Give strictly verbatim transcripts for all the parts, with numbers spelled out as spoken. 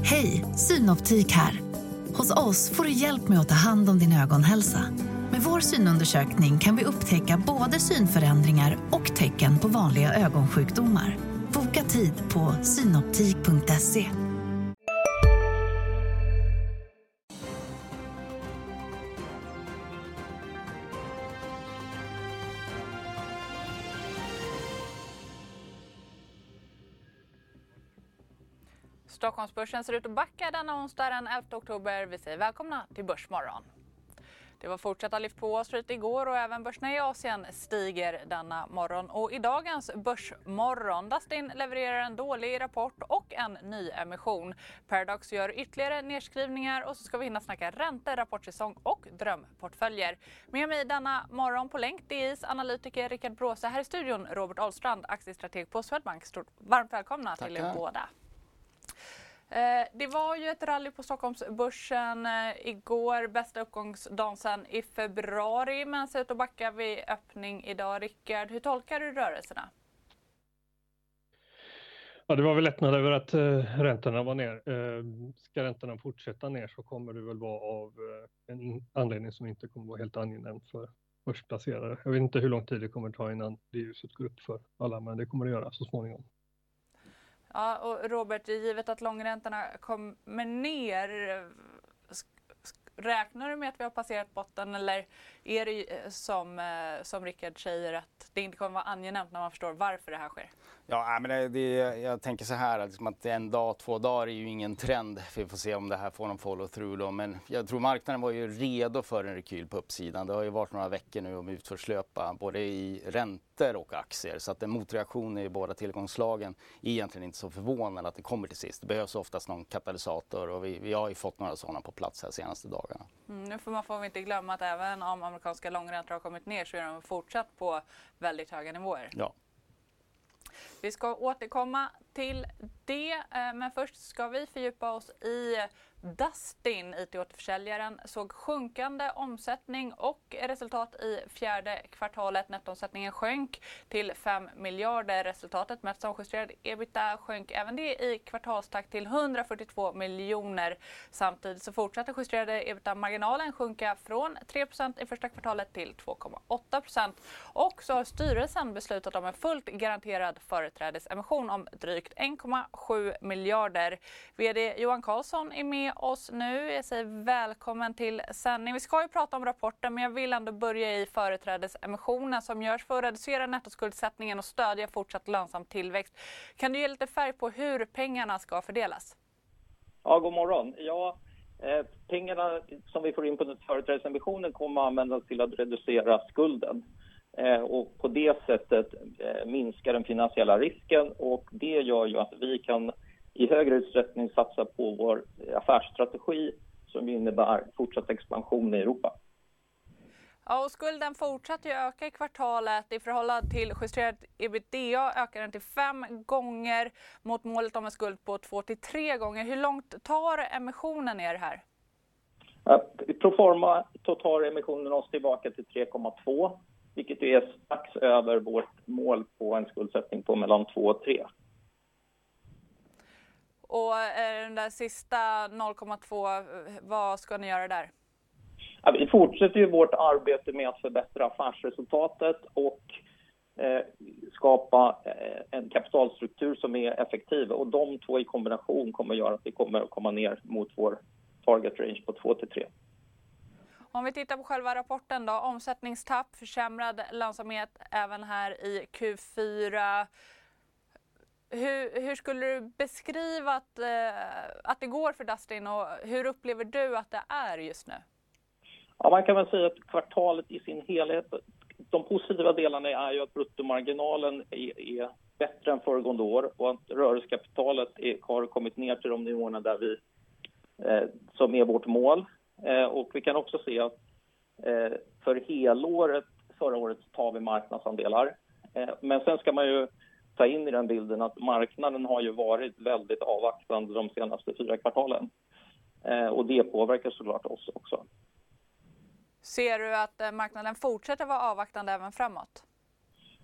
Hej, Synoptik här. Hos oss får du hjälp med att ta hand om din ögonhälsa. Med vår synundersökning kan vi upptäcka både synförändringar och tecken på vanliga ögonsjukdomar. Boka tid på synoptik punkt se. Stockholmsbörsen ser ut att backa denna onsdag den elfte oktober. Vi säger välkomna till Börsmorgon. Det var fortsatta lyft på Wall Street igår och även börserna i Asien stiger denna morgon. Och i dagens Börsmorgon, Dustin levererar en dålig rapport och en ny emission. Paradox gör ytterligare nedskrivningar och så ska vi hinna snacka räntor, rapportsäsong och drömportföljer. Med mig denna morgon på länk, D I's analytiker Rickard Bråse. Här i studion Robert Ahlstrand, aktiestrateg på Swedbank. Stort varmt välkomna. Tackar. Till er båda. Det var ju ett rally på Stockholmsbörsen igår, bästa uppgångsdagen sedan i februari, men ser ut att backa vid öppning idag. Rickard, hur tolkar du rörelserna? Ja, det var väl lättnad över att uh, räntorna var ner. Uh, ska räntorna fortsätta ner så kommer det väl vara av uh, en in- anledning som inte kommer vara helt angenäm för börsplacerare. Jag vet inte hur lång tid det kommer ta innan det ljuset går upp för alla, men det kommer det göra så småningom. Ja, och Robert, givet att långräntorna kommer ner, räknar du med att vi har passerat botten, eller är det som, som Rickard säger att det inte kommer vara angenämt när man förstår varför det här sker? Ja, men det, det, jag tänker så här liksom att en dag, två dagar är ju ingen trend. Vi får se om det här får någon follow-through då. Men jag tror marknaden var ju redo för en rekyl på uppsidan. Det har ju varit några veckor nu om utförslöpa både i räntor och aktier. Så att en motreaktion i båda tillgångslagen är egentligen inte så förvånande att det kommer till sist. Det behövs oftast någon katalysator och vi, vi har ju fått några sådana på plats här senaste dagarna. Mm, nu får man får inte glömma att även om amerikanska långräntor har kommit ner så är de fortsatt på väldigt höga nivåer. Ja. Vi ska återkomma till det, men först ska vi fördjupa oss i Dustin. I T-återförsäljaren såg sjunkande omsättning och resultat i fjärde kvartalet. Nettoomsättningen sjönk till fem miljarder. Resultatet mätt som justerad ebitda sjönk även det i kvartalstakt till hundrafyrtiotvå miljoner. Samtidigt så fortsatte justerade ebitda-marginalen sjunka från tre procent i första kvartalet till två komma åtta procent. Och så har styrelsen beslutat om en fullt garanterad företrädesemission om drygt en komma sju miljarder. V D Johan Karlsson är med oss nu. Jag säger välkommen till sändning. Vi ska ju prata om rapporten, men jag vill ändå börja i företrädesemissionen som görs för att reducera nettoskuldsättningen och stödja fortsatt lönsam tillväxt. Kan du ge lite färg på hur pengarna ska fördelas? Ja, god morgon. Ja, eh, pengarna som vi får in på företrädesemissionen kommer att användas till att reducera skulden. Eh, och på det sättet eh, minskar den finansiella risken, och det gör ju att vi kan i högre utsträckning satsa på vår affärsstrategi som innebär fortsatt expansion i Europa. Ja, och skulden fortsatte ju öka i kvartalet. I förhållande till justerad ebitda ökar den till fem gånger mot målet om en skuld på två till tre gånger. Hur långt tar emissionen ner här? Ja, proforma tar emissionen oss tillbaka till tre komma två, vilket är strax över vårt mål på en skuldsättning på mellan två och tre. Och den där sista noll komma två, vad ska ni göra där? Ja, vi fortsätter ju vårt arbete med att förbättra affärsresultatet och eh, skapa eh, en kapitalstruktur som är effektiv. Och de två i kombination kommer att göra att vi kommer att komma ner mot vår target range på två till tre. Om vi tittar på själva rapporten då, omsättningstapp, försämrad lönsamhet även här i Q fyra. Hur, hur skulle du beskriva att, eh, att det går för Dustin, och hur upplever du att det är just nu? Ja, man kan väl säga att kvartalet i sin helhet, de positiva delarna är ju att bruttomarginalen är, är bättre än föregående år och att rörelsekapitalet är, har kommit ner till de nivåerna där vi, eh, som är vårt mål. Eh, och vi kan också se att eh, för helåret, förra året tar vi marknadsandelar. Eh, men sen ska man ju ta in i den bilden att marknaden har ju varit väldigt avvaktande de senaste fyra kvartalen. Eh, och det påverkar såklart oss också. Ser du att marknaden fortsätter vara avvaktande även framåt?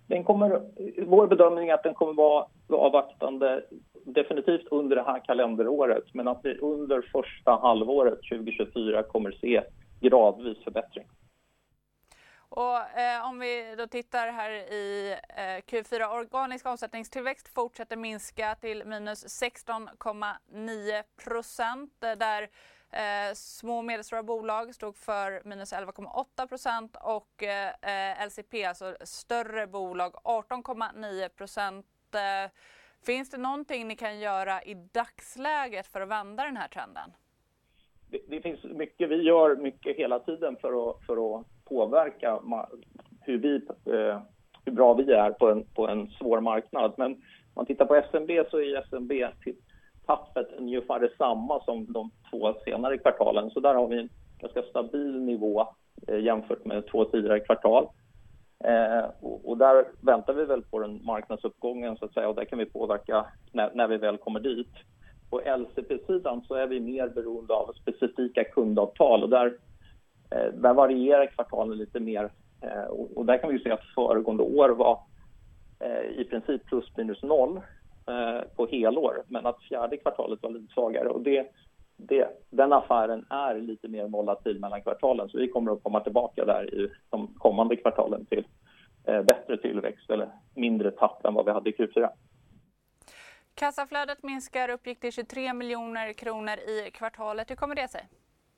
Den kommer, vår bedömning är att den kommer vara avvaktande definitivt under det här kalenderåret, men att vi under första halvåret tjugohundratjugofyra kommer se gradvis förbättring. Och eh, om vi då tittar här i eh, Q fyra, organisk omsättningstillväxt fortsätter minska till minus sexton komma nio procent, där eh, små och medelstora bolag stod för minus elva komma åtta procent och eh, L C P, alltså större bolag, arton komma nio procent. Eh, finns det någonting ni kan göra i dagsläget för att vända den här trenden? Det, det finns mycket, vi gör mycket hela tiden för att, för att påverka hur, vi, eh, hur bra vi är på en, på en svår marknad. Men om man tittar på S M B så är S M B-tappet ungefär detsamma som de två senare kvartalen. Så där har vi en ganska stabil nivå eh, jämfört med två tidigare kvartal. Eh, och, och där väntar vi väl på den marknadsuppgången så att säga, och där kan vi påverka när, när vi väl kommer dit. På L C P-sidan så är vi mer beroende av specifika kundavtal och där, eh, där varierar kvartalen lite mer. Eh, och, och där kan vi se att föregående år var eh, i princip plus minus noll eh, på helår, men att fjärde kvartalet var lite svagare. Och det, det, den affären är lite mer volatil mellan kvartalen, så vi kommer att komma tillbaka där i de kommande kvartalen till eh, bättre tillväxt eller mindre tapp än vad vi hade i Q fyra. Kassaflödet minskar, uppgick till tjugotre miljoner kronor i kvartalet. Hur kommer det sig?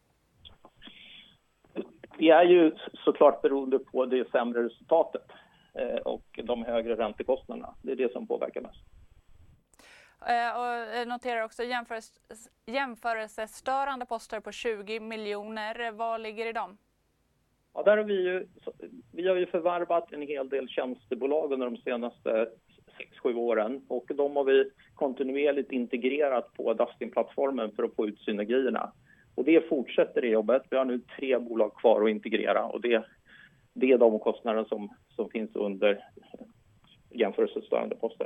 Det är ju såklart beroende på det sämre resultatet eh, och de högre räntekostnaderna. Det är det som påverkar mest. Eh, och jag noterar också jämförelse, jämförelsestörande poster på tjugo miljoner. Vad ligger i dem? Ja, där har vi ju, vi har ju förvärvat en hel del tjänstebolag under de senaste sex sju åren och de har vi kontinuerligt integrerat på Dustin-plattformen för att få ut synergierna. Och det fortsätter det jobbet. Vi har nu tre bolag kvar att integrera och det, det är de kostnader som, som finns under jämförelsestörande poster.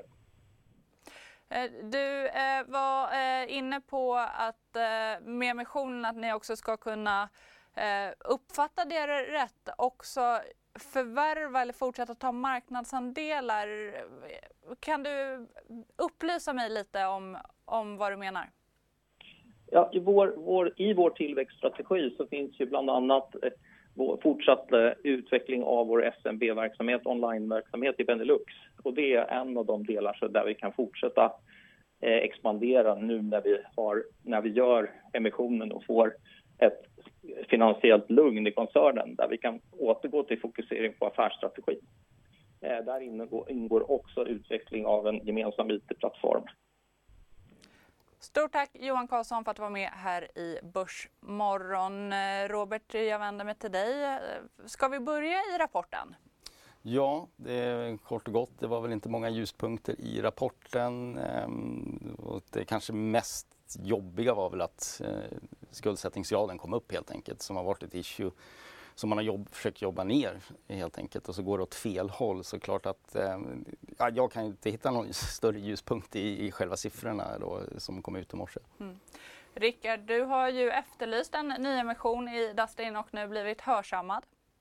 Du eh, var eh, inne på att eh, med emissionen att ni också ska kunna eh, uppfatta det rätt, också förvärva eller fortsätta ta marknadsandelar. Kan du upplysa mig lite om, om vad du menar? Ja, i, vår, vår, I vår tillväxtstrategi så finns ju bland annat eh, vår fortsatt eh, utveckling av vår S M B-verksamhet, online-verksamhet i Benelux. Och det är en av de delar så där vi kan fortsätta eh, expandera nu när vi, har, när vi gör emissionen och får ett finansiellt lugn i koncernen där vi kan återgå till fokusering på affärsstrategi. Eh, där ingår, ingår också utveckling av en gemensam I T-plattform. Stort tack Johan Karlsson för att du var med här i Börsmorgon. Robert, jag vänder mig till dig. Ska vi börja i rapporten? Ja, det är kort och gott. Det var väl inte många ljuspunkter i rapporten. Och det kanske mest jobbiga var väl att skuldsättningsgraden kom upp helt enkelt, som har varit ett issue som man har jobb, försökt jobba ner helt enkelt, och så går det åt fel håll. Så klart att eh, ja, jag kan inte hitta någon större ljuspunkt i, i själva siffrorna då, som kom ut i morse. Mm. Rickard, du har ju efterlyst en nyemission i Dustin och nu blivit hörsammad.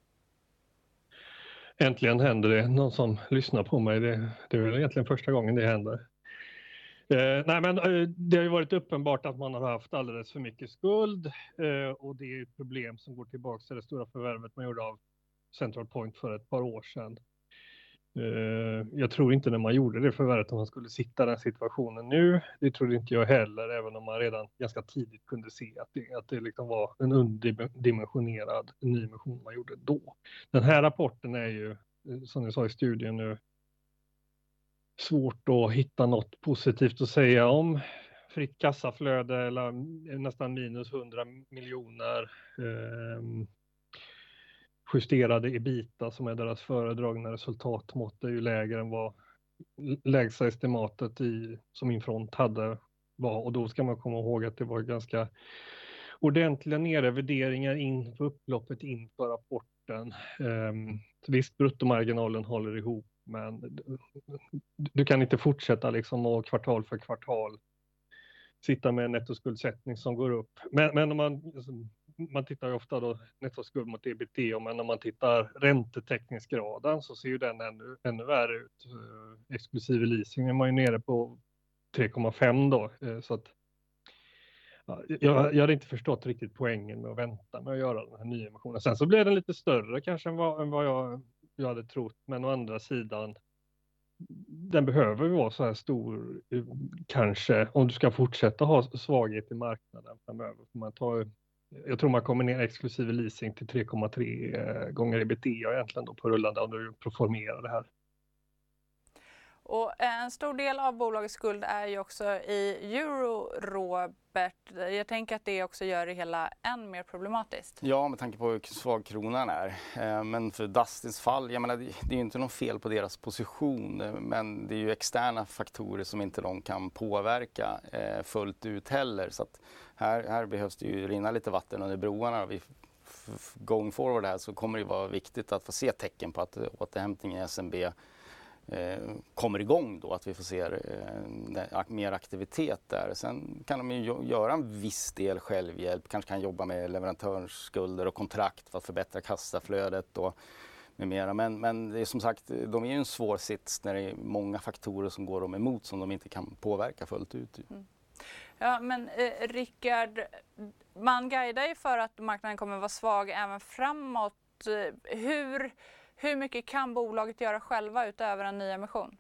Äntligen händer det. Någon som lyssnar på mig. Det, det är väl egentligen första gången det händer. Eh, nej men eh, det har ju varit uppenbart att man har haft alldeles för mycket skuld eh, och det är ett problem som går tillbaka till det stora förvärvet man gjorde av Central Point för ett par år sedan. Eh, jag tror inte när man gjorde det förvärvet att man skulle sitta i den situationen nu. Det trodde inte jag heller, även om man redan ganska tidigt kunde se att det, att det liksom var en underdimensionerad nyemission man gjorde då. Den här rapporten är ju, som jag sa i studien nu, svårt att hitta något positivt att säga om. Fritt kassaflöde eller nästan minus hundra miljoner. Eh, justerade ebita som är deras föredragna resultatmått är ju lägre än vad lägsta estimatet i, som Infront hade var. Och då ska man komma ihåg att det var ganska ordentliga nedrevideringar in på upploppet inför rapporten. Eh, visst, bruttomarginalen håller ihop. Men du kan inte fortsätta liksom och kvartal för kvartal sitta med en nettoskuldsättning som går upp. Men, men om man, man tittar ju ofta då nettoskuld mot ebitda, men när man tittar räntetäckningsgraden så ser ju den ännu, ännu värre ut. Exklusive leasing är man ju nere på tre komma fem då, så att ja, jag, jag hade inte förstått riktigt poängen med att vänta med att göra den här nyemissionen. Sen så blev den lite större kanske än vad, än vad jag, jag hade trott, men å andra sidan den behöver ju vara så här stor kanske om du ska fortsätta ha svaghet i marknaden framöver. Man tar, jag tror man kommer ner exklusive leasing till tre komma tre gånger ebitda egentligen då på rullande om du proformerar det här. Och en stor del av bolagets skuld är ju också i euro, Robert. Jag tänker att det också gör det hela än mer problematiskt. Ja, med tanke på hur svag kronan är. Men för Dustins fall, jag menar, det är ju inte något fel på deras position. Men det är ju externa faktorer som inte de kan påverka fullt ut heller. Så att här, här behövs det ju rinna lite vatten under broarna. Vi going forward här så kommer det vara viktigt att få se tecken på att återhämtningen i S M B Eh, kommer igång då, att vi får se eh, mer aktivitet där. Sen kan de ju göra en viss del självhjälp, kanske kan jobba med leverantörsskulder och kontrakt för att förbättra kassaflödet och med mera. Men, men det är som sagt, de är ju en svår sits när det är många faktorer som går dem emot som de inte kan påverka fullt ut. Mm. Ja, men eh, Rickard, man guidar ju för att marknaden kommer vara svag även framåt. Hur Hur mycket kan bolaget göra själva utöver en ny emission?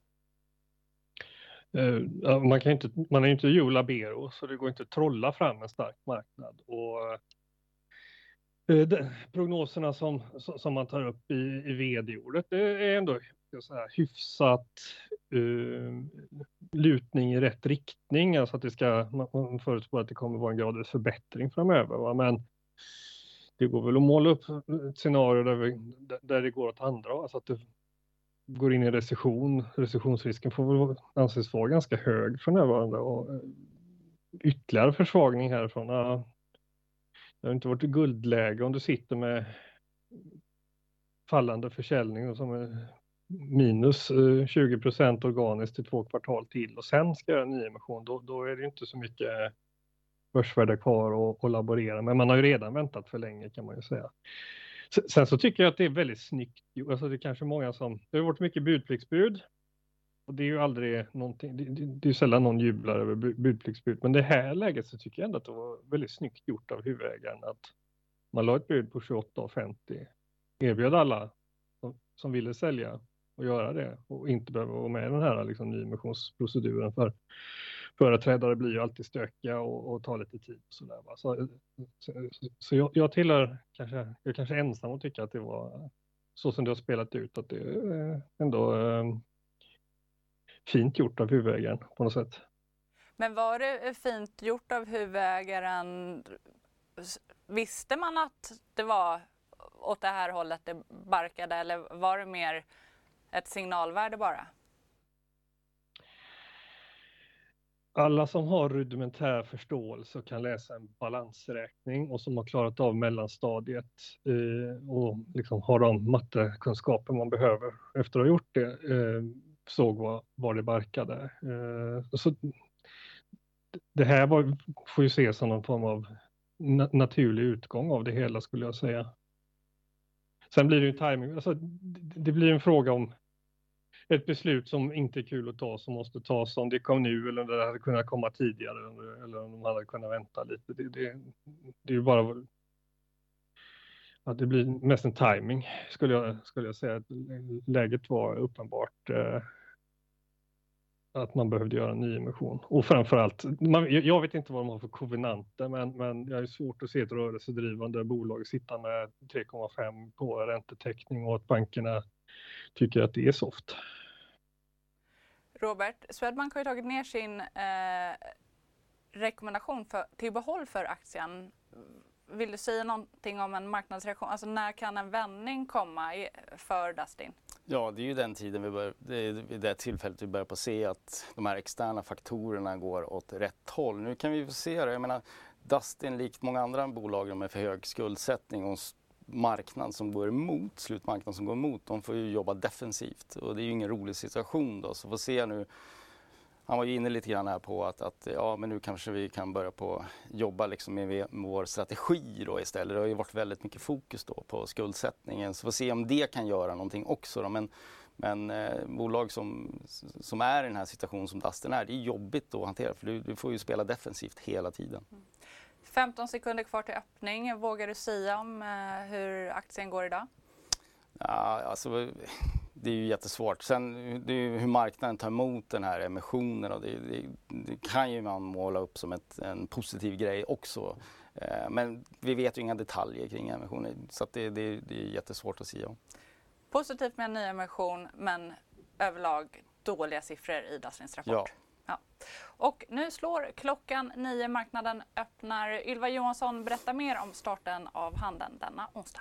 Uh, man, kan inte, man är ju inte Joe Labero, så det går inte att trolla fram en stark marknad. Och, uh, de, prognoserna som, som man tar upp i, i vd-ordet, det är ändå så här, hyfsat uh, lutning i rätt riktning. Alltså att det ska, man förutspår att det kommer vara en gradvis förbättring framöver. Va? Men det går väl att måla upp ett scenario där, vi, där det går åt andra. Alltså att det går in i recession. Recessionsrisken får väl anses vara ganska hög för närvarande. Och ytterligare försvagning härifrån. Ja, det har inte varit guldläge om du sitter med fallande försäljning som är minus tjugo procent organiskt till två kvartal till. Och sen ska jag göra en nyemission. Då, då är det inte så mycket börsvärde kvar och, och laborera. Men man har ju redan väntat för länge kan man ju säga. Sen så tycker jag att det är väldigt snyggt. Alltså det är kanske många som... Det har varit mycket budpliktsbud. Och det är ju aldrig någonting... Det, det, det är ju sällan någon jublar över budpliktsbud. Men det här läget så tycker jag ändå att det var väldigt snyggt gjort av huvudägaren. Att man la ett bud på tjugoåtta femtio. Erbjöd alla som, som ville sälja och göra det. Och inte behöva vara med i den här liksom, nyemissionsproceduren. För företrädare blir ju alltid stökiga och, och tar lite tid. Och så där, va? Så, så, så jag, jag tillhör kanske, jag är kanske ensam och tycker att det var så som det har spelat ut. Att det är ändå eh, fint gjort av huvudägaren på något sätt. Men var det fint gjort av huvudägaren? Visste man att det var åt det här hållet det barkade eller var det mer ett signalvärde bara? Alla som har rudimentär förståelse och kan läsa en balansräkning och som har klarat av mellanstadiet eh, och liksom har de mattekunskaper man behöver efter att ha gjort det eh, såg vad, vad det barkade. Eh, så det här var, får ju ses som någon form av na- naturlig utgång av det hela skulle jag säga. Sen blir det ju timing, alltså det, det blir en fråga om ett beslut som inte är kul att ta som måste tas om det kom nu eller om det hade kunnat komma tidigare eller om de hade kunnat vänta lite. Det, det, det är ju bara ja, det blir mest en timing skulle jag, skulle jag säga. Läget var uppenbart eh, att man behövde göra en ny emission. Och framförallt, man, jag vet inte vad de har för kovenanter men, men jag är svårt att se ett rörelsedrivande bolag sitta med tre komma fem på räntetäckning och att bankerna tycker att det är soft. Robert, Swedbank har ju tagit ner sin eh, rekommendation för, till behåll för aktien. Vill du säga någonting om en marknadsreaktion? Alltså när kan en vändning komma i, för Dustin? Ja, det är ju den tiden vi bör, det är vid det tillfället vi börjar på se att de här externa faktorerna går åt rätt håll. Nu kan vi få se det. Jag menar, Dustin likt många andra bolag med för hög skuldsättning och marknad som går emot, slutmarknaden som går emot, de får ju jobba defensivt och det är ju ingen rolig situation då. Så får se nu han var ju inne lite grann här på att, att ja, men nu kanske vi kan börja på jobba liksom med, med vår strategi då istället. Det har ju varit väldigt mycket fokus då på skuldsättningen, så får se om det kan göra någonting också då. Men, men eh, bolag som, som är i den här situationen som Dustin är, det är jobbigt att hantera för du, du får ju spela defensivt hela tiden. Mm. femton sekunder kvar till öppning. Vågar du säga om eh, hur aktien går idag? Ja, alltså det är ju jättesvårt. Sen det är ju hur marknaden tar emot den här emissionen och det, det, det kan ju man måla upp som ett, en positiv grej också. Eh, men vi vet ju inga detaljer kring emissionen så att det, det, det är jättesvårt att säga om. Positivt med en ny emission men överlag dåliga siffror i Dustins rapport. Ja. Ja. Och nu slår klockan nio, marknaden öppnar. Ylva Johansson berättar mer om starten av handeln denna onsdag.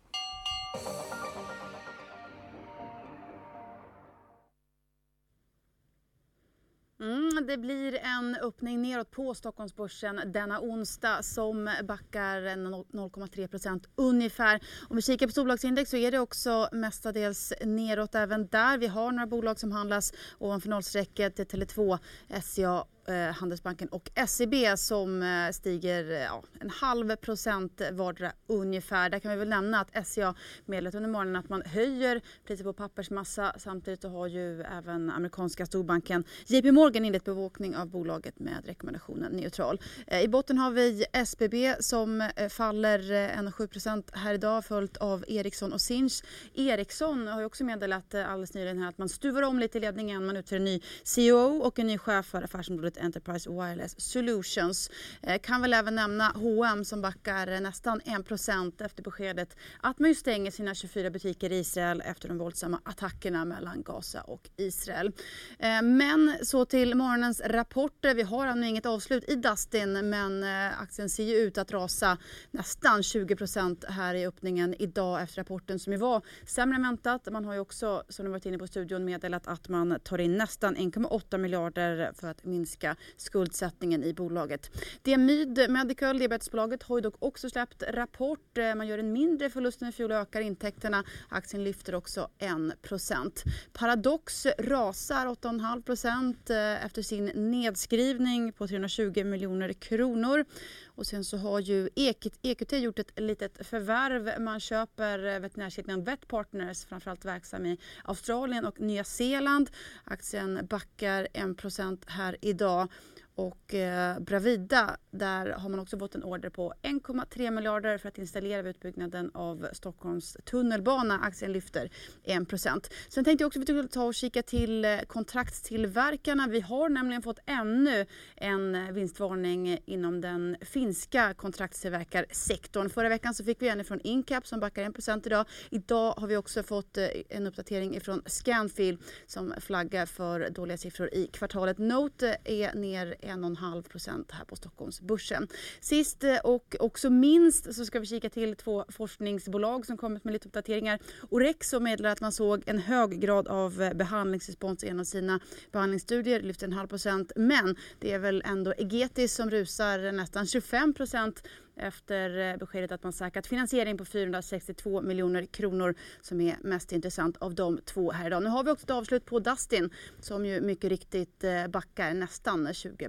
Mm, det blir en öppning neråt på Stockholmsbörsen denna onsdag som backar noll komma tre procent ungefär. Om vi kikar på storbolagsindex så är det också mestadels neråt även där. Vi har några bolag som handlas ovanför nollstrecket, Tele två, S C A, eh, Handelsbanken och S E B som eh, stiger ja, en halv procent vardera ungefär. Där kan vi väl nämna att S C A meddelat under morgonen att man höjer priset på pappersmassa. Samtidigt har ju även amerikanska storbanken J P Morgan inlett bevakning av bolaget med rekommendationen neutral. Eh, I botten har vi S B B som eh, faller en komma sju procent här idag följt av Ericsson och Sinch. Ericsson har ju också meddelat eh, alldeles nyligen här att man stuvar om lite i ledningen. Man utser en ny C E O och en ny chef för affärsområdet Enterprise Wireless Solutions. Eh, kan väl även nämna H och M som backar nästan en procent efter beskedet att man ju stänger sina tjugofyra butiker i Israel efter de våldsamma attackerna mellan Gaza och Israel. Eh, men så till morgonens rapporter. Vi har ännu inget avslut i Dustin men eh, aktien ser ju ut att rasa nästan tjugo procent här i öppningen idag efter rapporten som ju var sämre än väntat. Man har ju också, som ni varit inne på studion, meddelat att man tar in nästan en komma åtta miljarder för att minska skuldsättningen i bolaget. Diamyd Medical, diabetesbolaget, har ju dock också släppt rapport. Man gör en mindre förlust än i fjol och ökar intäkterna. Aktien lyfter också en procent. Paradox rasar åtta komma fem procent efter sin nedskrivning på trehundratjugo miljoner kronor. Och sen så har ju E Q T gjort ett litet förvärv. Man köper veterinärkedjan Vet Partners, framförallt verksam i Australien och Nya Zeeland. Aktien backar en procent här idag. Och eh, Bravida, där har man också fått en order på en komma tre miljarder för att installera utbyggnaden av Stockholms tunnelbana. Aktien lyfter en procent. Sen tänkte jag också att vi skulle ta och kika till eh, kontraktstillverkarna. Vi har nämligen fått ännu en vinstvarning inom den finska kontraktstillverkarsektorn. Förra veckan så fick vi en från Incap som backar en procent idag. Idag har vi också fått eh, en uppdatering från Scanfil som flaggar för dåliga siffror i kvartalet. Note är ner en komma fem procent här på Stockholmsbörsen. Sist och också minst så ska vi kika till två forskningsbolag som kommit med lite uppdateringar. Orexo meddelar att man såg en hög grad av behandlingsrespons i en av sina behandlingsstudier, lyfter en halv procent. Men det är väl ändå Egetis som rusar nästan tjugofem procent efter beskedet att man säkrat finansiering på fyrahundrasextiotvå miljoner kronor som är mest intressant av de två här idag. Nu har vi också ett avslut på Dustin som ju mycket riktigt backar nästan tjugo.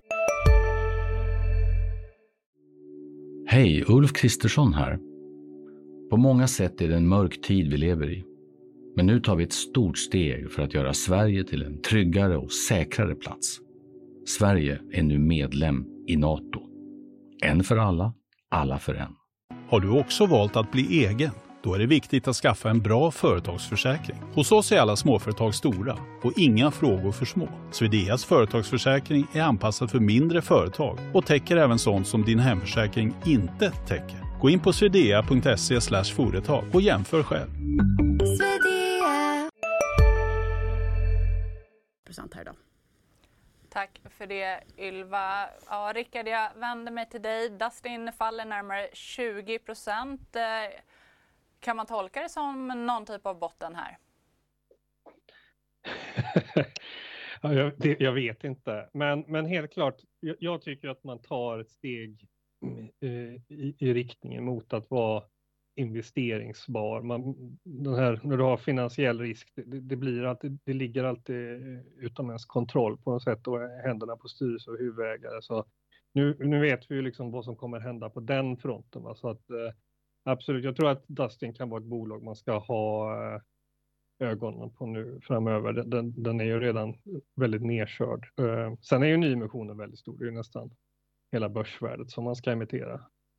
Hej, Ulf Kristersson här. På många sätt är det en mörk tid vi lever i. Men nu tar vi ett stort steg för att göra Sverige till en tryggare och säkrare plats. Sverige är nu medlem i NATO. En för alla, alla för en. Har du också valt att bli egen? Då är det viktigt att skaffa en bra företagsförsäkring. Hos oss är alla småföretag stora och inga frågor för små. Swedeas företagsförsäkring är anpassad för mindre företag och täcker även sånt som din hemförsäkring inte täcker. Gå in på swedea punkt se slash företag och jämför själv. Swedea. Procent här idag. Tack för det, Ylva. Ja, Rickard, jag vänder mig till dig. Dustin faller närmare tjugo procent. Kan man tolka det som någon typ av botten här? ja, jag, det, jag vet inte. Men, men helt klart, jag, jag tycker att man tar ett steg uh, i, i riktningen mot att vara investeringsbar. Man, den här, när du har finansiell risk, det, det blir alltid, det ligger alltid utom ens kontroll på något sätt och händerna på styrelse och huvudägare. Så nu, nu vet vi ju liksom vad som kommer hända på den fronten. Va? Så att eh, absolut, jag tror att Dustin kan vara ett bolag man ska ha eh, ögonen på nu framöver. Den, den är ju redan väldigt nedkörd. Eh, sen är ju nyemissionen väldigt stor, det är ju nästan hela börsvärdet som man ska emittera.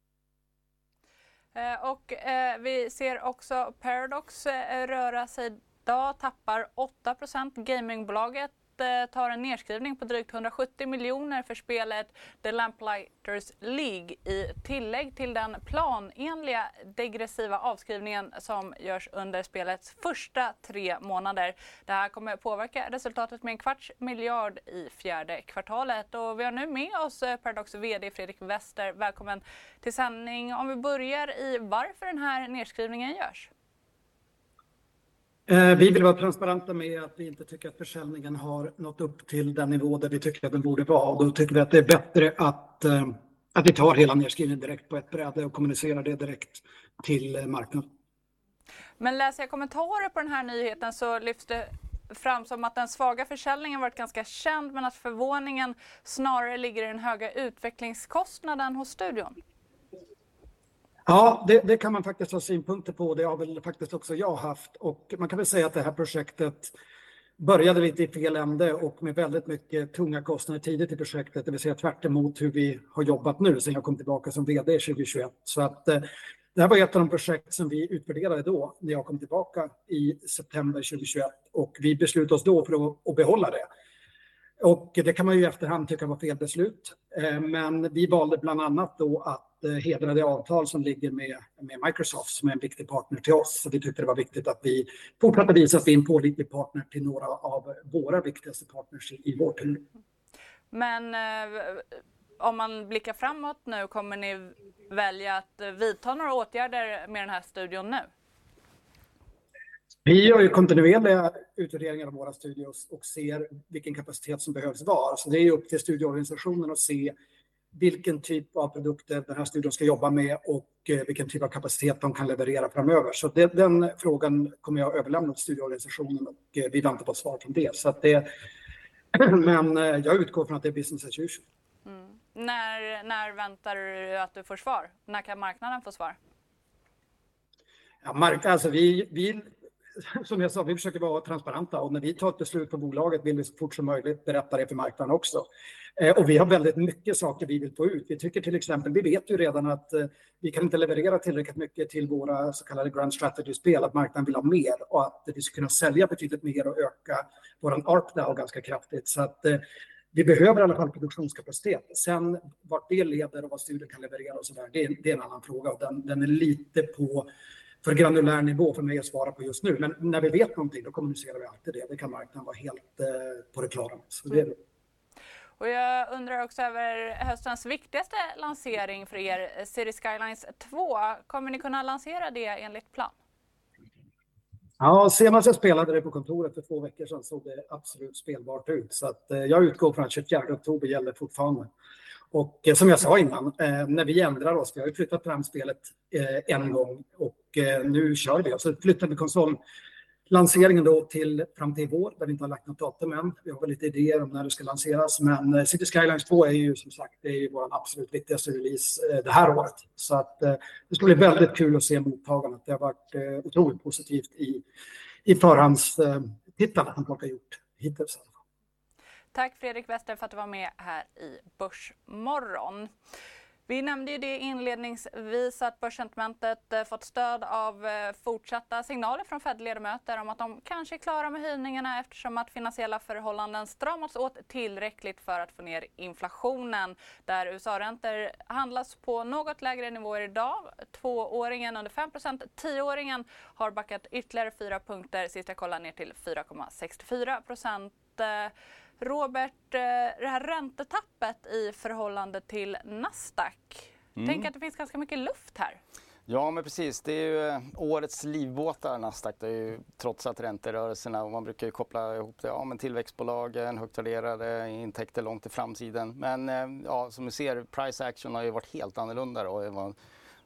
Eh, och eh, vi ser också Paradox eh, röra sig idag, tappar åtta procent. Gamingbolaget eh, tar en nedskrivning på drygt hundrasjuttio miljoner för spelet The Lamplighters League i tillägg till den planenliga degressiva avskrivningen som görs under spelets första tre månader. Det här kommer påverka resultatet med en kvarts miljard i fjärde kvartalet. Och vi har nu med oss Paradox vd Fredrik Wester. Välkommen till sändning. Om vi börjar i varför den här nedskrivningen görs. Vi vill vara transparenta med att vi inte tycker att försäljningen har nått upp till den nivå där vi tycker att den borde vara. Och då tycker vi att det är bättre att, att vi tar hela nedskrivningen direkt på ett bräde och kommunicerar det direkt till marknaden. Men läser jag kommentarer på den här nyheten så lyfts det fram som att den svaga försäljningen varit ganska känd, men att förvåningen snarare ligger i den höga utvecklingskostnaden hos studion. Ja, det, det kan man faktiskt ha synpunkter på. Det har väl faktiskt också jag haft. Och man kan väl säga att det här projektet började lite i fel ände och med väldigt mycket tunga kostnader tidigt i projektet. Det vill säga tvärt emot hur vi har jobbat nu sedan jag kom tillbaka som vd tjugohundratjugoett. Så att eh, det här var ett av de projekt som vi utvärderade då när jag kom tillbaka i september tjugohundratjugoett. Och vi beslutade oss då för att, att behålla det. Och det kan man ju i efterhand tycka var fel beslut. Men vi valde bland annat då att hedra det avtal som ligger med, med Microsoft som är en viktig partner till oss. Så vi tyckte det var viktigt att vi fortsatte visa att vi är en pålitlig partner till några av våra viktigaste partners i vår team. Men eh, om man blickar framåt nu, kommer ni välja att vidta några åtgärder med den här studion nu? Vi gör ju kontinuerliga utvärderingar av våra studios och ser vilken kapacitet som behövs var. Så det är upp till studieorganisationen att se vilken typ av produkter den här studion ska jobba med och vilken typ av kapacitet de kan leverera framöver. Så det, den frågan kommer jag överlämna till studieorganisationen och vi väntar på svar från det. Så att det men jag utgår från att det är business as usual. Mm. När, när väntar du att du får svar? När kan marknaden få svar? Ja, mark, alltså vi, vi som jag sa, vi försöker vara transparenta och när vi tar ett beslut på bolaget vill vi så fort som möjligt berätta det för marknaden också. Eh, och vi har väldigt mycket saker vi vill få ut. Vi tycker till exempel, vi vet ju redan att eh, vi kan inte leverera tillräckligt mycket till våra så kallade grand strategy-spel, att marknaden vill ha mer och att vi ska kunna sälja betydligt mer och öka våran A R P D A O ganska kraftigt. Så att eh, vi behöver i alla fall produktionskapacitet. Sen vart det leder och vad studion kan leverera och så där, det, det är en annan fråga och den, den är lite på för granulär nivå för mig att svara på just nu. Men när vi vet någonting då kommunicerar vi alltid det. Det kan marknaden vara helt eh, på det klara med. Så det är det. Och jag undrar också över höstens viktigaste lansering för er, Cities Skylines två. Kommer ni kunna lansera det enligt plan? Ja, senast jag spelade det på kontoret för två veckor sedan såg det absolut spelbart ut. Så att, eh, jag utgår från att tjugofjärde oktober gäller fortfarande. Och eh, som jag sa innan, eh, när vi ändrar oss, vi har ju flyttat fram spelet eh, en gång och eh, nu kör vi. Så flyttar vi konsollanseringen då till fram till vår, där vi inte har lagt något datum än. Vi har väl lite idéer om när det ska lanseras, men eh, Cities Skylines två är ju som sagt, det är ju vår absolut viktigaste release eh, det här året. Så att eh, det ska bli väldigt kul att se mottagandet. Det har varit eh, otroligt positivt i, i förhandstittarna eh, som folk har gjort hittills. Tack Fredrik Wester för att du var med här i Börsmorgon. Vi nämnde ju det inledningsvis att börssentimentet fått stöd av fortsatta signaler från Fed-ledamöter om att de kanske är klara med höjningarna eftersom att finansiella förhållanden stramats åt tillräckligt för att få ner inflationen. Där U S A-räntor handlas på något lägre nivåer idag. Tvååringen under fem procent, tioåringen har backat ytterligare fyra punkter, sist jag kollade ner till fyra komma sextiofyra procent. Robert, det här räntetappet i förhållande till Nasdaq. Mm. Tänk att det finns ganska mycket luft här. Ja, men precis. Det är ju årets livbåtar Nasdaq. Det är ju trots att ränterörelserna, och man brukar ju koppla ihop det, ja, men tillväxtbolagen, högt värderade intäkter långt i framtiden. Men ja, som du ser, price action har ju varit helt annorlunda då.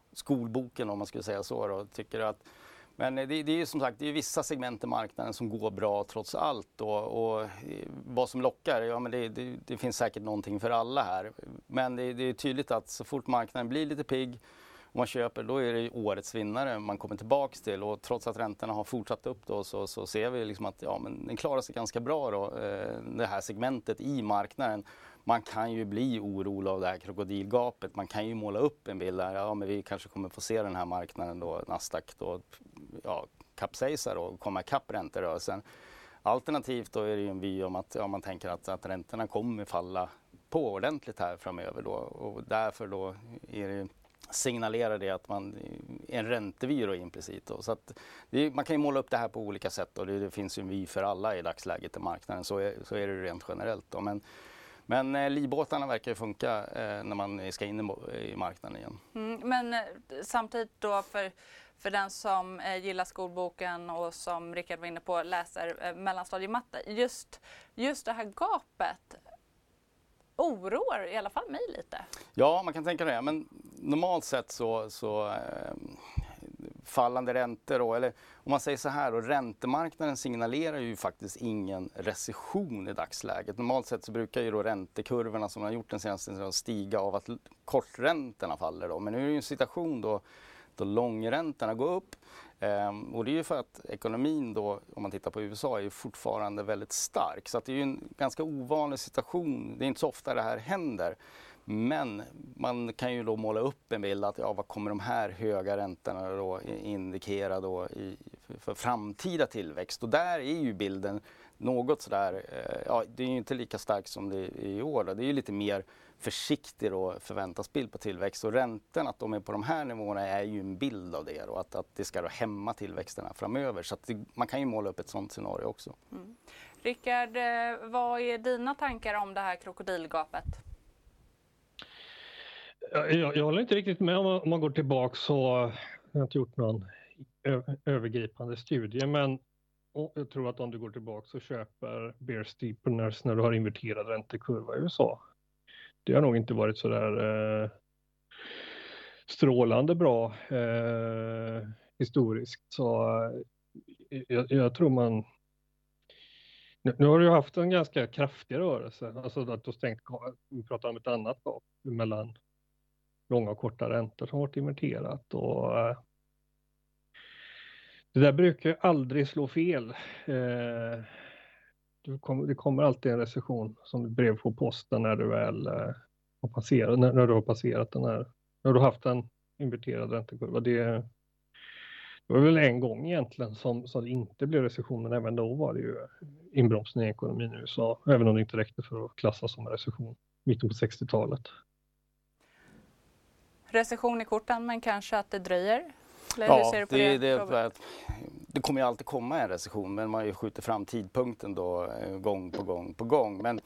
skolboken om man skulle säga så då, tycker att. Men det, det är ju som sagt det är vissa segment i marknaden som går bra trots allt och, och vad som lockar, ja men det, det, det finns säkert någonting för alla här. Men det, det är tydligt att så fort marknaden blir lite pigg och man köper, då är det årets vinnare man kommer tillbaks till och trots att räntorna har fortsatt upp då så, så ser vi liksom att ja, men den klarar sig ganska bra då, det här segmentet i marknaden. Man kan ju bli orolig av det här krokodilgapet. Man kan ju måla upp en bild där, ja men vi kanske kommer få se den här marknaden då, Nasdaq då, ja, kapsejsar och komma ikapp ränterörelsen. Alternativt då är det ju en vy om att ja, man tänker att, att räntorna kommer falla på ordentligt här framöver då och därför då är det signalerar det att man är en räntevy då implicit. Då. Så att det, man kan ju måla upp det här på olika sätt och det, det finns ju en vy för alla i dagsläget i marknaden, så är, så är det rent generellt. Då. Men, men eh, livbåtarna verkar ju funka eh, när man ska in i, i marknaden igen. Mm, men eh, samtidigt då för, för den som eh, gillar skolboken och som Rickard var inne på läser eh, mellanstadiematte, just, just det här gapet oroar i alla fall mig lite. Ja, man kan tänka det. Men normalt sett så, så eh, fallande räntor då, eller om man säger så här då, räntemarknaden signalerar ju faktiskt ingen recession i dagsläget. Normalt sett så brukar ju då räntekurvorna som man har gjort den senaste tiden stiga av att korträntorna faller då. Men nu är det ju en situation då, då långräntorna går upp. Um, och det är ju för att ekonomin då, om man tittar på U S A, är ju fortfarande väldigt stark. Så att det är ju en ganska ovanlig situation. Det är inte så ofta det här händer. Men man kan ju då måla upp en bild att ja, vad kommer de här höga räntorna då indikera då i, för framtida tillväxt. Och där är ju bilden något sådär, ja det är ju inte lika starkt som det är i år. Då. Det är ju lite mer försiktig då förväntas bild på tillväxt. Och räntan, att de är på de här nivåerna, är ju en bild av det. Och att, att det ska då hämma tillväxterna framöver. Så att det, man kan ju måla upp ett sådant scenario också. Mm. Rickard, vad är dina tankar om det här krokodilgapet? Jag, jag håller inte riktigt med om man, om man går tillbaka, så jag har inte gjort någon ö, övergripande studie, men jag tror att om du går tillbaka och köper bear steepeners när du har inverterad räntekurva i U S A, det har nog inte varit så där eh, strålande bra eh, historiskt, så eh, jag, jag tror man nu, nu har du haft en ganska kraftig rörelse, alltså att du stängt, vi pratar om ett annat gap mellan långa och korta räntor som varit inverterat, och eh, det där brukar ju aldrig slå fel. Eh, du kom, det kommer alltid en recession som ett brev på posten när du väl eh, har passerat, när, när du har passerat den här, när du har haft en inverterad räntekurva. Det, det var väl en gång egentligen som, som det inte blev recession, men även då var det ju inbromsning i ekonomin i U S A, även om det inte räckte för att klassas som en recession mitten på sextiotalet. Recession i korten, men kanske att det dröjer? Eller ja, hur ser du på det, det, det, det kommer ju alltid komma en recession, men man ju skjuter fram tidpunkten då gång på gång på gång. Men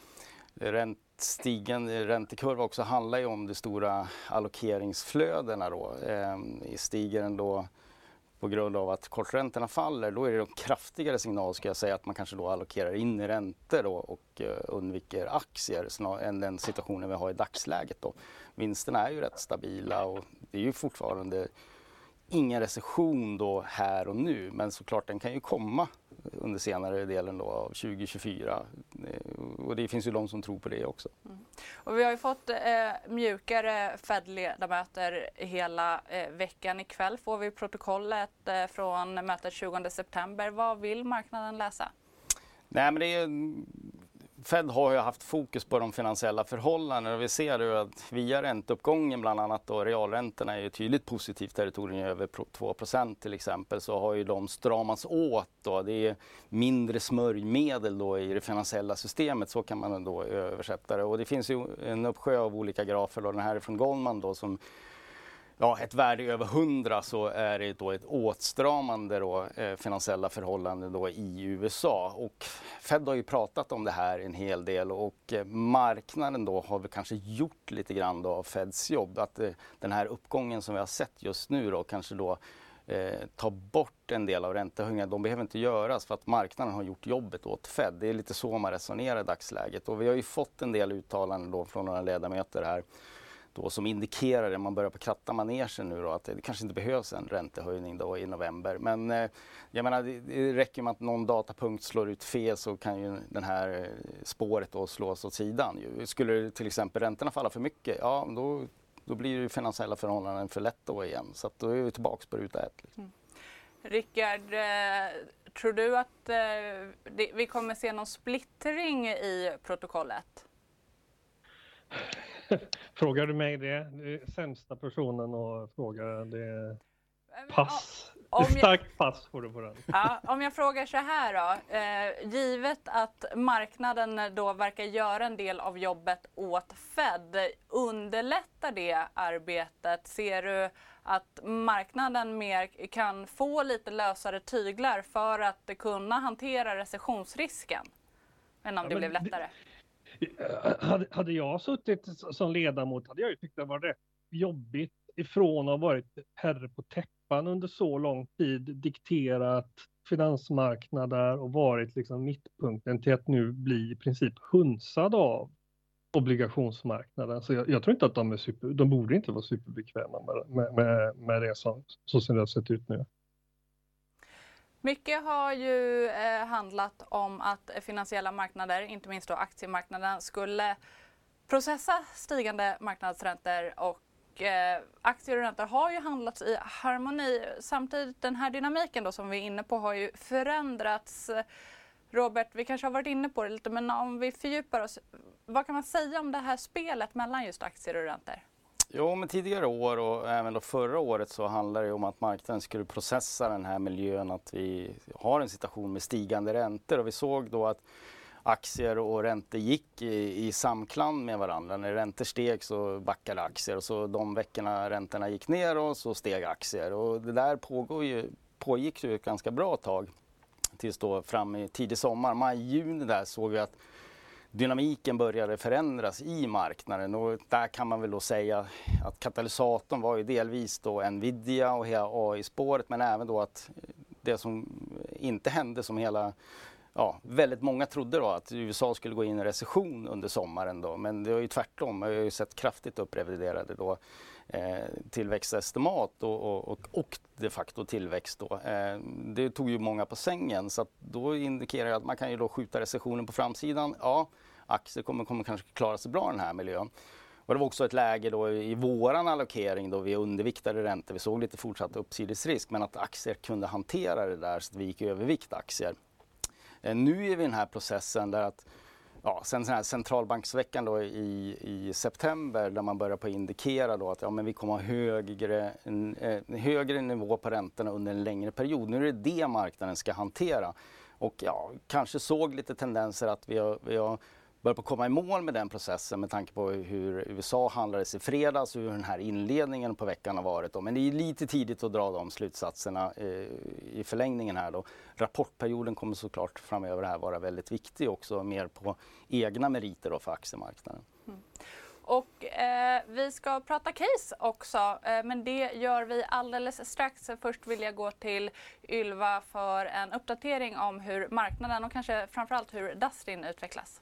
räntstigen, räntekurva också handlar ju om de stora allokeringsflödena då. I stiger den då på grund av att korträntorna faller, då är det en kraftigare signal, ska jag säga, att man kanske då allokerar in i räntor då och undviker aktier snarare än den situationen vi har i dagsläget då. Vinsterna är ju rätt stabila och det är ju fortfarande ingen recession då här och nu, men såklart den kan ju komma under senare delen då av tjugo tjugofyra, och det finns ju de som tror på det också. Mm. Och vi har ju fått eh, mjukare Fed-ledamöter hela eh, veckan. Ikväll får vi protokollet eh, från mötet tjugonde september. Vad vill marknaden läsa? Nej, men det är Fed har ju haft fokus på de finansiella förhållandena och vi ser ju att via ränteuppgången bland annat och realräntorna är ju tydligt positivt territorium över två procent till exempel, så har ju de stramats åt då. Det är mindre smörjmedel då i det finansiella systemet, så kan man då översätta det. Och det finns ju en uppsjö av olika grafer då. Den här är från Goldman då som ja, ett värde över hundra, så är det då ett åtstramande då, eh, finansiella förhållanden då i U S A. Och Fed har ju pratat om det här en hel del och eh, marknaden då har väl kanske gjort lite grann då av Feds jobb. Att eh, den här uppgången som vi har sett just nu då kanske då eh, tar bort en del av räntehöjningar. De behöver inte göras för att marknaden har gjort jobbet åt Fed. Det är lite så man resonerar i dagsläget. Och vi har ju fått en del uttalanden då från några ledamöter här, då, som indikerar det. Man börjar på kratta manegen nu då, att det kanske inte behövs en räntehöjning då i november. Men eh, jag menar, det, det räcker med att någon datapunkt slår ut fel så kan ju den här spåret då slås åt sidan. Skulle till exempel räntorna falla för mycket, ja då, då blir ju finansiella förhållanden för lätt då igen. Så att då är vi tillbaka på ruta ett. Liksom. Mm. Rickard, eh, tror du att eh, det, vi kommer se någon splittring i protokollet? Frågar du mig det? Det är sämsta personen att fråga. Det är pass. Om jag, Starkt pass får du på den. Ja, om jag frågar så här då. Eh, givet att marknaden då verkar göra en del av jobbet åt Fed, underlättar det arbetet? Ser du att marknaden mer kan få lite lösare tyglar för att kunna hantera recessionsrisken? Men om ja, det men blev lättare. Det, hade, hade jag suttit som ledamot hade jag ju tyckt det var rätt jobbigt ifrån att ha varit herre på täppan under så lång tid, dikterat finansmarknader och varit liksom mittpunkten till att nu bli i princip hunsad av obligationsmarknaden. Så jag, jag tror inte att de är super, de borde inte vara superbekväma med, med, med det som, så som det har sett ut nu. Mycket har ju eh, handlat om att finansiella marknader, inte minst då aktiemarknaden, skulle processa stigande marknadsräntor, och eh, aktier och räntor har ju handlats i harmoni. Samtidigt, den här dynamiken då som vi är inne på har ju förändrats. Robert, vi kanske har varit inne på det lite, men om vi fördjupar oss, vad kan man säga om det här spelet mellan just aktier och räntor? Jo, men tidigare år och även då förra året så handlar det om att marknaden skulle processa den här miljön, att vi har en situation med stigande räntor, och vi såg då att aktier och räntor gick i, i samklang med varandra. När räntor steg så backade aktier, och så de veckorna räntorna gick ner och så steg aktier, och det där pågår ju, pågick ju ett ganska bra tag tills då fram i tidig sommar, maj, juni där såg vi att dynamiken började förändras i marknaden, och där kan man väl då säga att katalysatorn var ju delvis då Nvidia och hela A I-spåret, men även då att det som inte hände, som hela, ja, väldigt många trodde då, att U S A skulle gå in i recession under sommaren då, men det var ju tvärtom. Jag har ju sett kraftigt uppreviderade då eh, tillväxtestimat och, och, och, och de facto tillväxt då. Eh, det tog ju många på sängen, så att då indikerar det att man kan ju då skjuta recessionen på framsidan. Ja, aktier kommer, kommer kanske klara sig bra i den här miljön. Och det var också ett läge då i våran allokering då vi underviktade räntor. Vi såg lite fortsatt uppsidesrisk, men att aktier kunde hantera det där, så att vi gick i övervikt aktier. Eh, nu är vi i den här processen där att ja, sen den här centralbanksveckan då i, i september, där man börjar på att indikera då att ja, men vi kommer ha högre, en, en högre nivå på räntorna under en längre period. Nu är det det marknaden ska hantera. Och ja, kanske såg lite tendenser att vi har, vi har börjat på att komma i mål med den processen med tanke på hur U S A handlades i fredags och hur den här inledningen på veckan har varit. Då. Men det är lite tidigt att dra de slutsatserna eh, i förlängningen här då. Rapportperioden kommer såklart framöver här vara väldigt viktig också, mer på egna meriter då för aktiemarknaden. Mm. Och eh, vi ska prata case också, eh, men det gör vi alldeles strax. Först vill jag gå till Ylva för en uppdatering om hur marknaden och kanske framförallt hur Dustin utvecklas.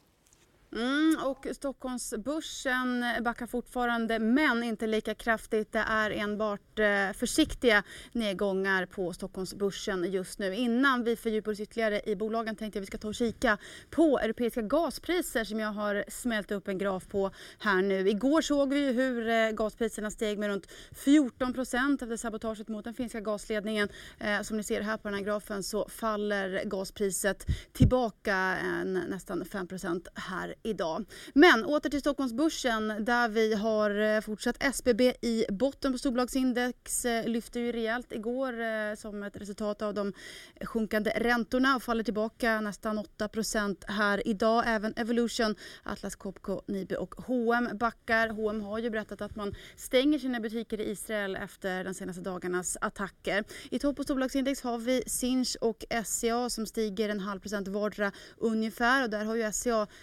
Mm, och Stockholmsbörsen backar fortfarande, men inte lika kraftigt. Det är enbart eh, försiktiga nedgångar på Stockholmsbörsen just nu. Innan vi fördjupar oss ytterligare i bolagen tänkte jag vi ska ta och kika på europeiska gaspriser som jag har smält upp en graf på här nu. Igår såg vi hur eh, gaspriserna steg med runt fjorton procent efter sabotaget mot den finska gasledningen. Eh, som ni ser här på den här grafen så faller gaspriset tillbaka en, nästan fem procent här idag. Men åter till Stockholmsbörsen där vi har fortsatt S B B i botten på storbolagsindex, lyfter ju rejält igår som ett resultat av de sjunkande räntorna och faller tillbaka nästan åtta procent här idag. Även Evolution, Atlas Copco, Nibe och H och M backar. H och M har ju berättat att man stänger sina butiker i Israel efter de senaste dagarnas attacker. I topp på storbolagsindex har vi Sinch och S C A som stiger en halv procent vardera ungefär, och där har ju S C A meddelat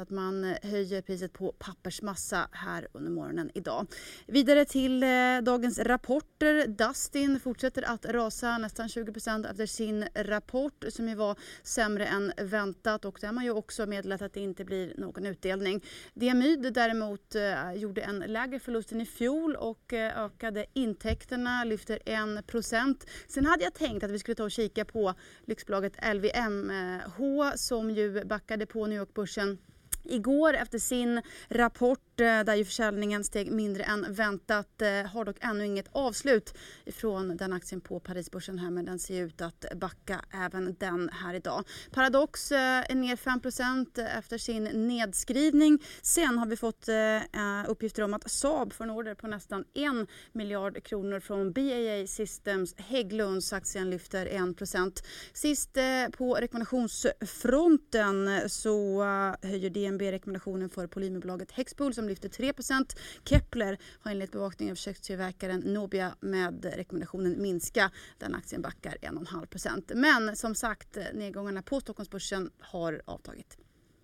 att man höjer priset på pappersmassa här under morgonen idag. Vidare till eh, dagens rapporter. Dustin fortsätter att rasa nästan tjugo procent efter sin rapport som ju var sämre än väntat, och där har man ju också meddelat att det inte blir någon utdelning. Diamyd däremot eh, gjorde en lägre förlust än i fjol och eh, ökade intäkterna, lyfter en procent. Sen hade jag tänkt att vi skulle ta och kika på lyxbolaget L V M H som ju backade på New York-börsen igår efter sin rapport där ju försäljningen steg mindre än väntat. Har dock ännu inget avslut från den aktien på Parisbörsen här, men den ser ut att backa även den här idag. Paradox är ner fem procent efter sin nedskrivning. Sen har vi fått uppgifter om att Saab får en order på nästan en miljard kronor från B A A Systems. Hägglunds aktien lyfter en procent. Sist på rekommendationsfronten så höjer D N B rekommendationen för polymerbolaget Hexpool som lyfter tre procent. Kepler har enligt bevakning av kökstillverkaren Nobia med rekommendationen minska. Den aktien backar en komma fem procent. Men som sagt, nedgångarna på Stockholmsbörsen har avtagit.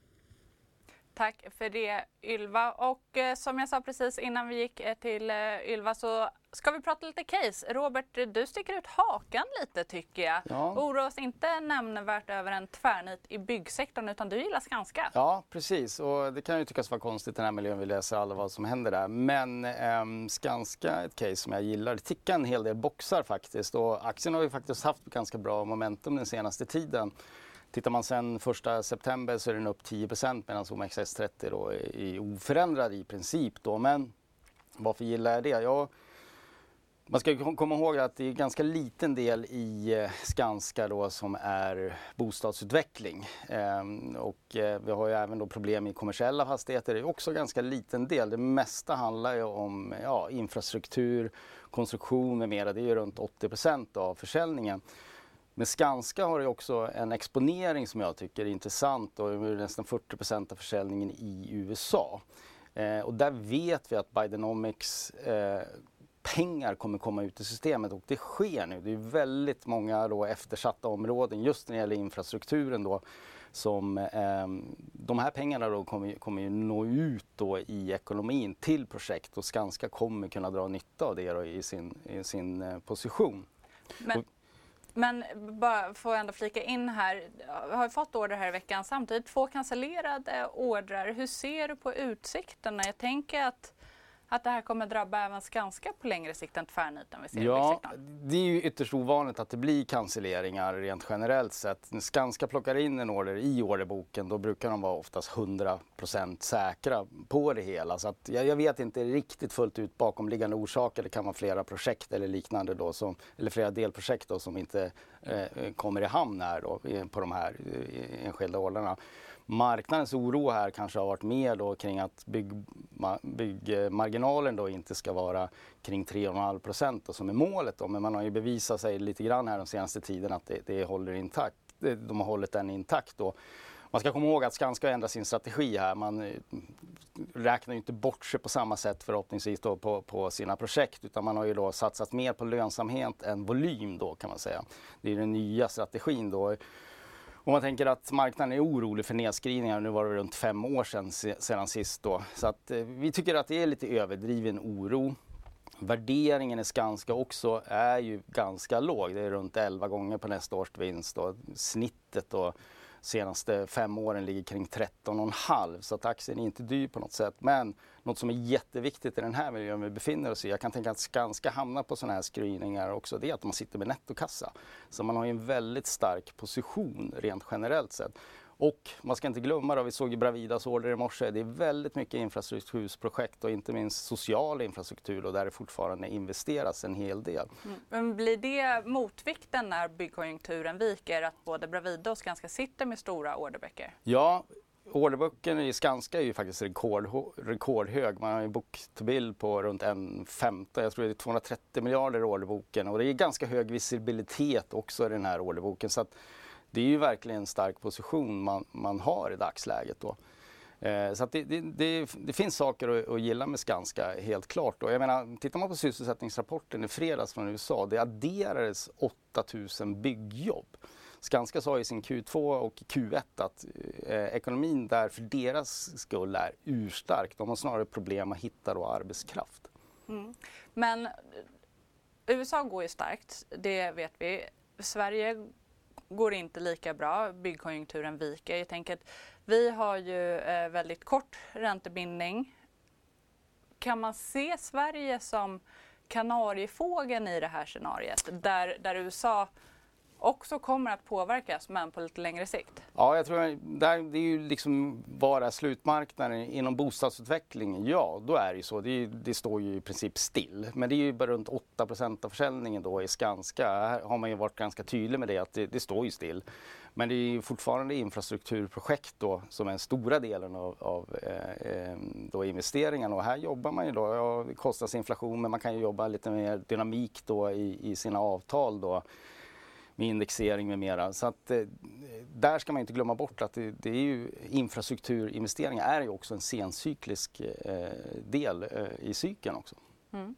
Tack för det, Ylva. Och eh, som jag sa precis innan vi gick eh, till eh, Ylva så ska vi prata lite case. Robert, du sticker ut hakan lite tycker jag. Ja. Oroas inte nämnvärt över en tvärnit i byggsektorn utan du gillar Skanska. Ja, precis. Och det kan ju tyckas vara konstigt den här miljön, vi läser alla vad som händer där. Men eh, Skanska är ett case som jag gillar. Det tickar en hel del boxar faktiskt. Och aktien har ju faktiskt haft ganska bra momentum den senaste tiden. Tittar man sen första september så är den upp tio procent medan O M X S trettio då är oförändrad i princip. Då. Men varför gillar jag det? Ja, man ska komma ihåg att det är en ganska liten del i Skanska då som är bostadsutveckling. Ehm, och eh, vi har ju även då problem i kommersiella fastigheter. Det är också en ganska liten del. Det mesta handlar ju om ja, infrastruktur, konstruktion med mera. Det är ju runt åttio procent av försäljningen. Men Skanska har ju också en exponering som jag tycker är intressant och är nästan fyrtio procent av försäljningen i U S A. Eh, och där vet vi att Bidenomics eh, pengar kommer komma ut i systemet och det sker nu. Det är väldigt många då eftersatta områden just när det gäller infrastrukturen då som eh, de här pengarna då kommer, kommer ju nå ut då i ekonomin till projekt och Skanska kommer kunna dra nytta av det då i sin, i sin eh, position. Men... Och, Men bara får jag ändå flika in här, jag har fått order här i veckan, samtidigt två cancellerade ordrar. Hur ser du på utsikterna? Jag tänker att, att det här kommer drabba även Skanska på längre sikt än tvärniten vi ser ja, i byggsektorn. Det är ju ytterst ovanligt att det blir cancelleringar rent generellt sett. När Skanska plockar in en order i orderboken då brukar de vara oftast hundra procent säkra på det hela. Så att jag, jag vet inte riktigt fullt ut bakomliggande orsaker. Det kan vara flera projekt eller liknande då, som, eller flera delprojekt då, som inte eh, kommer i hamn här då, på de här eh, enskilda orderna. Marknadens oro här kanske har varit mer då kring att bygg, byggmarginalen då inte ska vara kring tre komma fem procent som är målet då. Men man har ju bevisat sig lite grann här de senaste tiden att det, det håller intakt. De har hållit den intakt då. Man ska komma ihåg att Skanska ändra sin strategi här. Man räknar ju inte bort sig på samma sätt förhoppningsvis då på, på sina projekt utan man har ju då satsat mer på lönsamhet än volym då kan man säga. Det är den nya strategin då. Om man tänker att marknaden är orolig för nedskrivningar, nu var det runt fem år sedan, sedan sist då. Så att eh, vi tycker att det är lite överdriven oro. Värderingen i Skanska också är ju ganska låg. Det är runt elva gånger på nästa års vinst då. Snittet då senaste fem åren ligger kring tretton komma fem så att aktien är inte dyr på något sätt. Men något som är jätteviktigt i den här miljön vi befinner oss i, jag kan tänka att Skanska hamnar på sådana här screeningar också, det är att man sitter med nettokassa. Så man har ju en väldigt stark position rent generellt sett. Och man ska inte glömma då, vi såg ju Bravidas order i morse, det är väldigt mycket infrastrukturprojekt och inte minst social infrastruktur och där det fortfarande investeras en hel del. Mm. Men blir det motvikten när byggkonjunkturen viker att både Bravida och Skanska sitter med stora orderböcker? Ja, orderböcken i Skanska är ju faktiskt rekord, rekordhög. Man har ju book-to-bill på runt en komma femton, jag tror det är tvåhundratrettio miljarder i orderboken och det är ganska hög visibilitet också i den här orderboken. Så att det är ju verkligen en stark position man, man har i dagsläget då. Eh, så att det, det, det, det finns saker att, att gilla med Skanska helt klart. Och jag menar, tittar man på sysselsättningsrapporten i fredags från U S A, det adderades åtta tusen byggjobb. Skanska sa i sin Q två och Q ett att eh, ekonomin där för deras skull är urstark. De har snarare problem att hitta då arbetskraft. Mm. Men U S A går ju starkt, det vet vi. Sverige går inte lika bra, byggkonjunkturen viker. Jag tänker att vi har ju eh, väldigt kort räntebindning. Kan man se Sverige som kanariefågeln i det här scenariet där, där U S A också kommer att påverkas men på lite längre sikt? Ja, jag tror att det är ju liksom bara slutmarknaden inom bostadsutvecklingen. Ja, då är det ju så. Det, är, det står ju i princip still. Men det är ju bara runt åtta procent av försäljningen då i Skanska. Här har man ju varit ganska tydlig med det, att det, det står ju still. Men det är ju fortfarande infrastrukturprojekt då som är den stora delen av, av eh, då investeringarna. Och här jobbar man ju då, ja, kostnadsinflation, men man kan ju jobba lite mer dynamik då i, i sina avtal då, med indexering med mera. Så att eh, där ska man inte glömma bort att det, det är ju infrastrukturinvesteringar är ju också en sencyklisk eh, del eh, i cykeln också. Mm.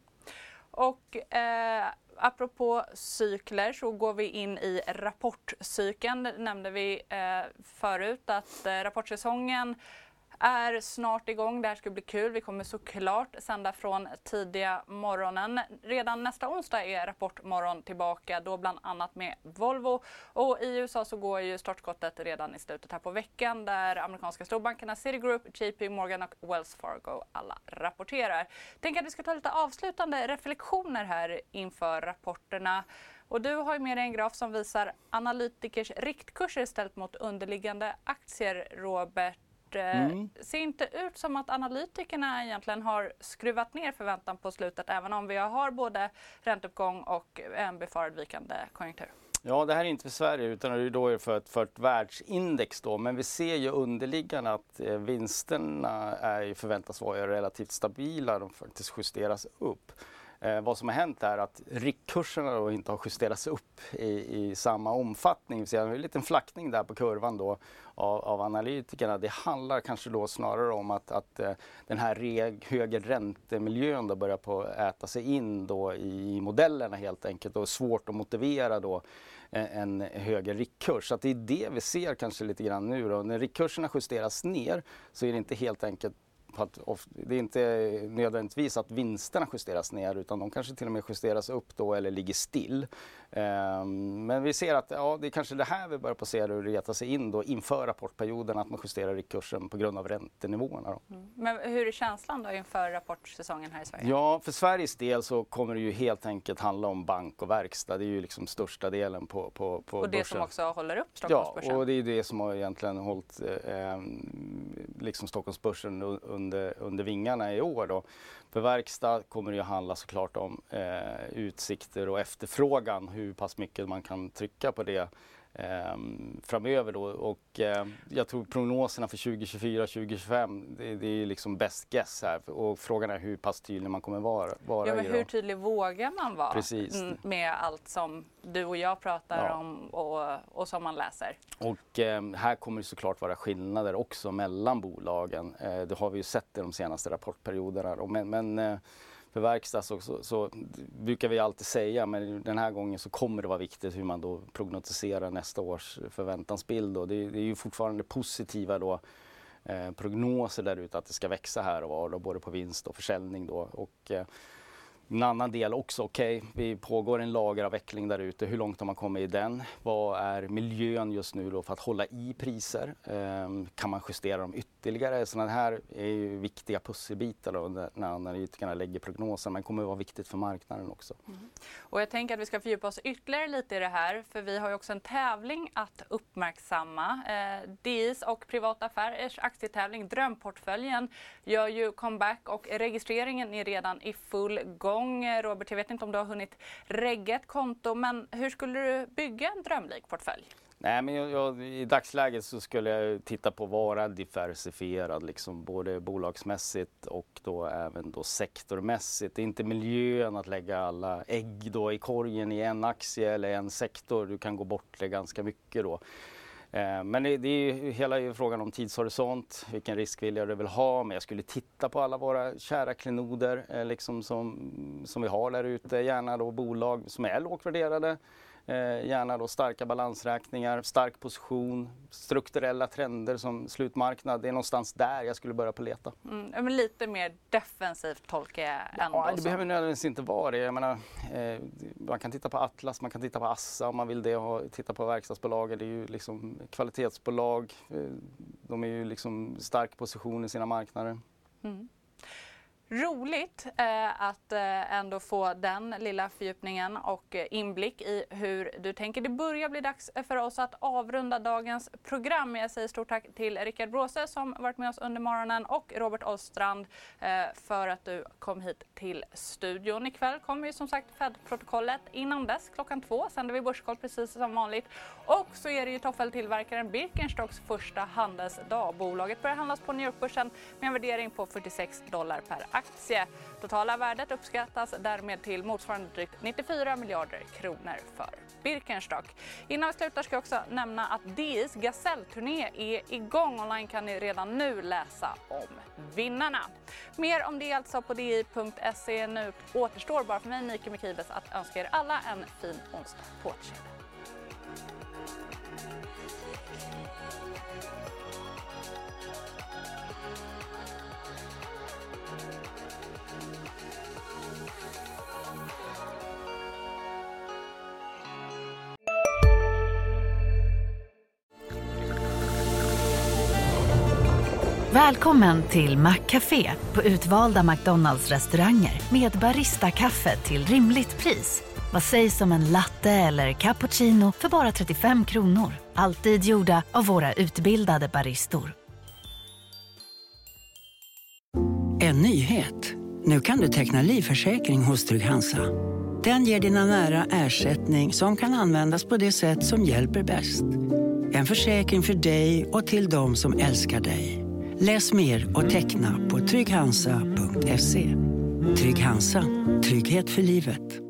Och eh, apropå cykler så går vi in i rapportcykeln. Det nämnde vi eh, förut att eh, rapportsäsongen är snart igång. Det här ska bli kul. Vi kommer såklart sända från tidiga morgonen. Redan nästa onsdag är Rapportmorgon tillbaka, då bland annat med Volvo. Och i U S A så går ju startskottet redan i slutet här på veckan där amerikanska storbankerna Citigroup, J P Morgan och Wells Fargo alla rapporterar. Tänk att vi ska ta lite avslutande reflektioner här inför rapporterna. Och du har ju med dig en graf som visar analytikers riktkurser ställt mot underliggande aktier, Robert. Mm. Ser inte ut som att analytikerna egentligen har skruvat ner förväntan på slutet, även om vi har både ränteuppgång och en befarad vikande konjunktur. Ja, det här är inte för Sverige utan det är då för ett, för ett världsindex då. Men vi ser ju underliggande att eh, vinsterna är, förväntas vara relativt stabila, de faktiskt justeras upp. Eh, vad som har hänt är att riktkurserna då inte har justerats upp i, i samma omfattning. Vi ser en liten flackning där på kurvan då av, av analytikerna. Det handlar kanske då snarare om att, att eh, den här reg, högre räntemiljön då börjar på att äta sig in då i modellerna helt enkelt. Och svårt att motivera då en högre riktkurs. Så att det är det vi ser kanske lite grann nu då. När riktkurserna justeras ner så är det inte helt enkelt det är inte nödvändigtvis att vinsterna justeras ner utan de kanske till och med justeras upp då eller ligger still. Um, men vi ser att ja, det är kanske det här vi börjar på se hur det retar sig in då inför rapportperioden, att man justerar riktkursen på grund av räntenivåerna. Då. Mm. Men hur är känslan då inför rapportsäsongen här i Sverige? Ja, för Sveriges del så kommer det ju helt enkelt handla om bank och verkstad. Det är ju liksom största delen på, på, på och det börsen. Som också håller upp Stockholmsbörsen. Ja, och det är det som har egentligen hållit eh, liksom Stockholmsbörsen under, under vingarna i år då. För verkstad kommer det ju handla såklart om eh, utsikter och efterfrågan, hur pass mycket man kan trycka på det eh, framöver då. Och eh, jag tror prognoserna för tjugo tjugofyra tjugo tjugofem, det, det är liksom best guess här. Och frågan är hur pass tydlig man kommer vara. vara ja, men hur tydlig vågar man vara? Precis. Med allt som du och jag pratar ja. om och, och som man läser? Och eh, här kommer det såklart vara skillnader också mellan bolagen. Eh, det har vi ju sett i de senaste rapportperioderna. Men, men eh, för verkstad så, så, så brukar vi alltid säga, men den här gången så kommer det vara viktigt hur man då prognostiserar nästa års förväntansbild. Och det, det är ju fortfarande positiva då, eh, prognoser där ute att det ska växa här och var, då, både på vinst och försäljning. Då. Och, eh, en annan del också, okej, okay, vi pågår en lageravveckling där ute. Hur långt har man kommit i den? Vad är miljön just nu då för att hålla i priser? Um, kan man justera dem ytterligare? Sådana här är ju viktiga pusselbitar då när analytikerna lägger prognoser, men kommer att vara viktigt för marknaden också. Mm. Och jag tänker att vi ska fördjupa oss ytterligare lite i det här, för vi har ju också en tävling att uppmärksamma. Eh, D I S och Privata Affärers aktietävling Drömportföljen gör ju comeback och registreringen är redan i full gång. Robert, jag vet inte om du har hunnit regga ett konto, men hur skulle du bygga en drömlik portfölj? Nej, men jag, jag, i dagsläget så skulle jag titta på att vara diversifierad, liksom både bolagsmässigt och då även då sektormässigt. Det är inte miljön att lägga alla ägg då i korgen i en aktie eller en sektor. Du kan gå bort det ganska mycket då. Men det, det är ju hela frågan om tidshorisont, vilken riskvilja du vill ha. Men jag skulle titta på alla våra kära klenoder liksom som, som vi har där ute. Gärna då bolag som är lågvärderade. Eh, gärna då starka balansräkningar, stark position, strukturella trender som slutmarknad. Det är någonstans där jag skulle börja på leta. Mm, men lite mer defensivt tolkar jag ändå. Ja, det så. behöver nödvändigtvis inte vara det. Jag menar, eh, man kan titta på Atlas, man kan titta på Assa om man vill det. Och titta på verkstadsbolagen, det är ju liksom kvalitetsbolag. Eh, de är ju liksom stark position i sina marknader. Mm. Roligt eh, att eh, ändå få den lilla fördjupningen och eh, inblick i hur du tänker. Det börjar bli dags för oss att avrunda dagens program. Jag säger stort tack till Rickard Bråse som varit med oss under morgonen och Robert Ostrand eh, för att du kom hit till studion. Ikväll kommer ju som sagt Fed-protokollet. Innan dess klockan två sänder vi Börskoll precis som vanligt. Och så är det ju toffeltillverkaren Birkenstocks första handelsdag. Bolaget börjar handlas på New York-börsen med en värdering på fyrtiosex dollar per aktie. Totala värdet uppskattas därmed till motsvarande drygt nittiofyra miljarder kronor för Birkenstock. Innan vi slutar ska jag också nämna att D I:s Gasell-turné är igång. Online kan ni redan nu läsa om vinnarna. Mer om det alltså på d i punkt se. Nu återstår bara för mig, Nike Mekibes, att önska er alla en fin onsdag på återseende. Välkommen till Maccafé på utvalda McDonalds restauranger med Barista-kaffe till rimligt pris. Vad sägs om en latte eller cappuccino för bara trettiofem kronor? Alltid gjorda av våra utbildade baristor. En nyhet. Nu kan du teckna livförsäkring hos Trygg-Hansa. Den ger dina nära ersättning som kan användas på det sätt som hjälper bäst. En försäkring för dig och till de som älskar dig. Läs mer och teckna på trygg hansa punkt se. Trygg-Hansa. Trygghet för livet.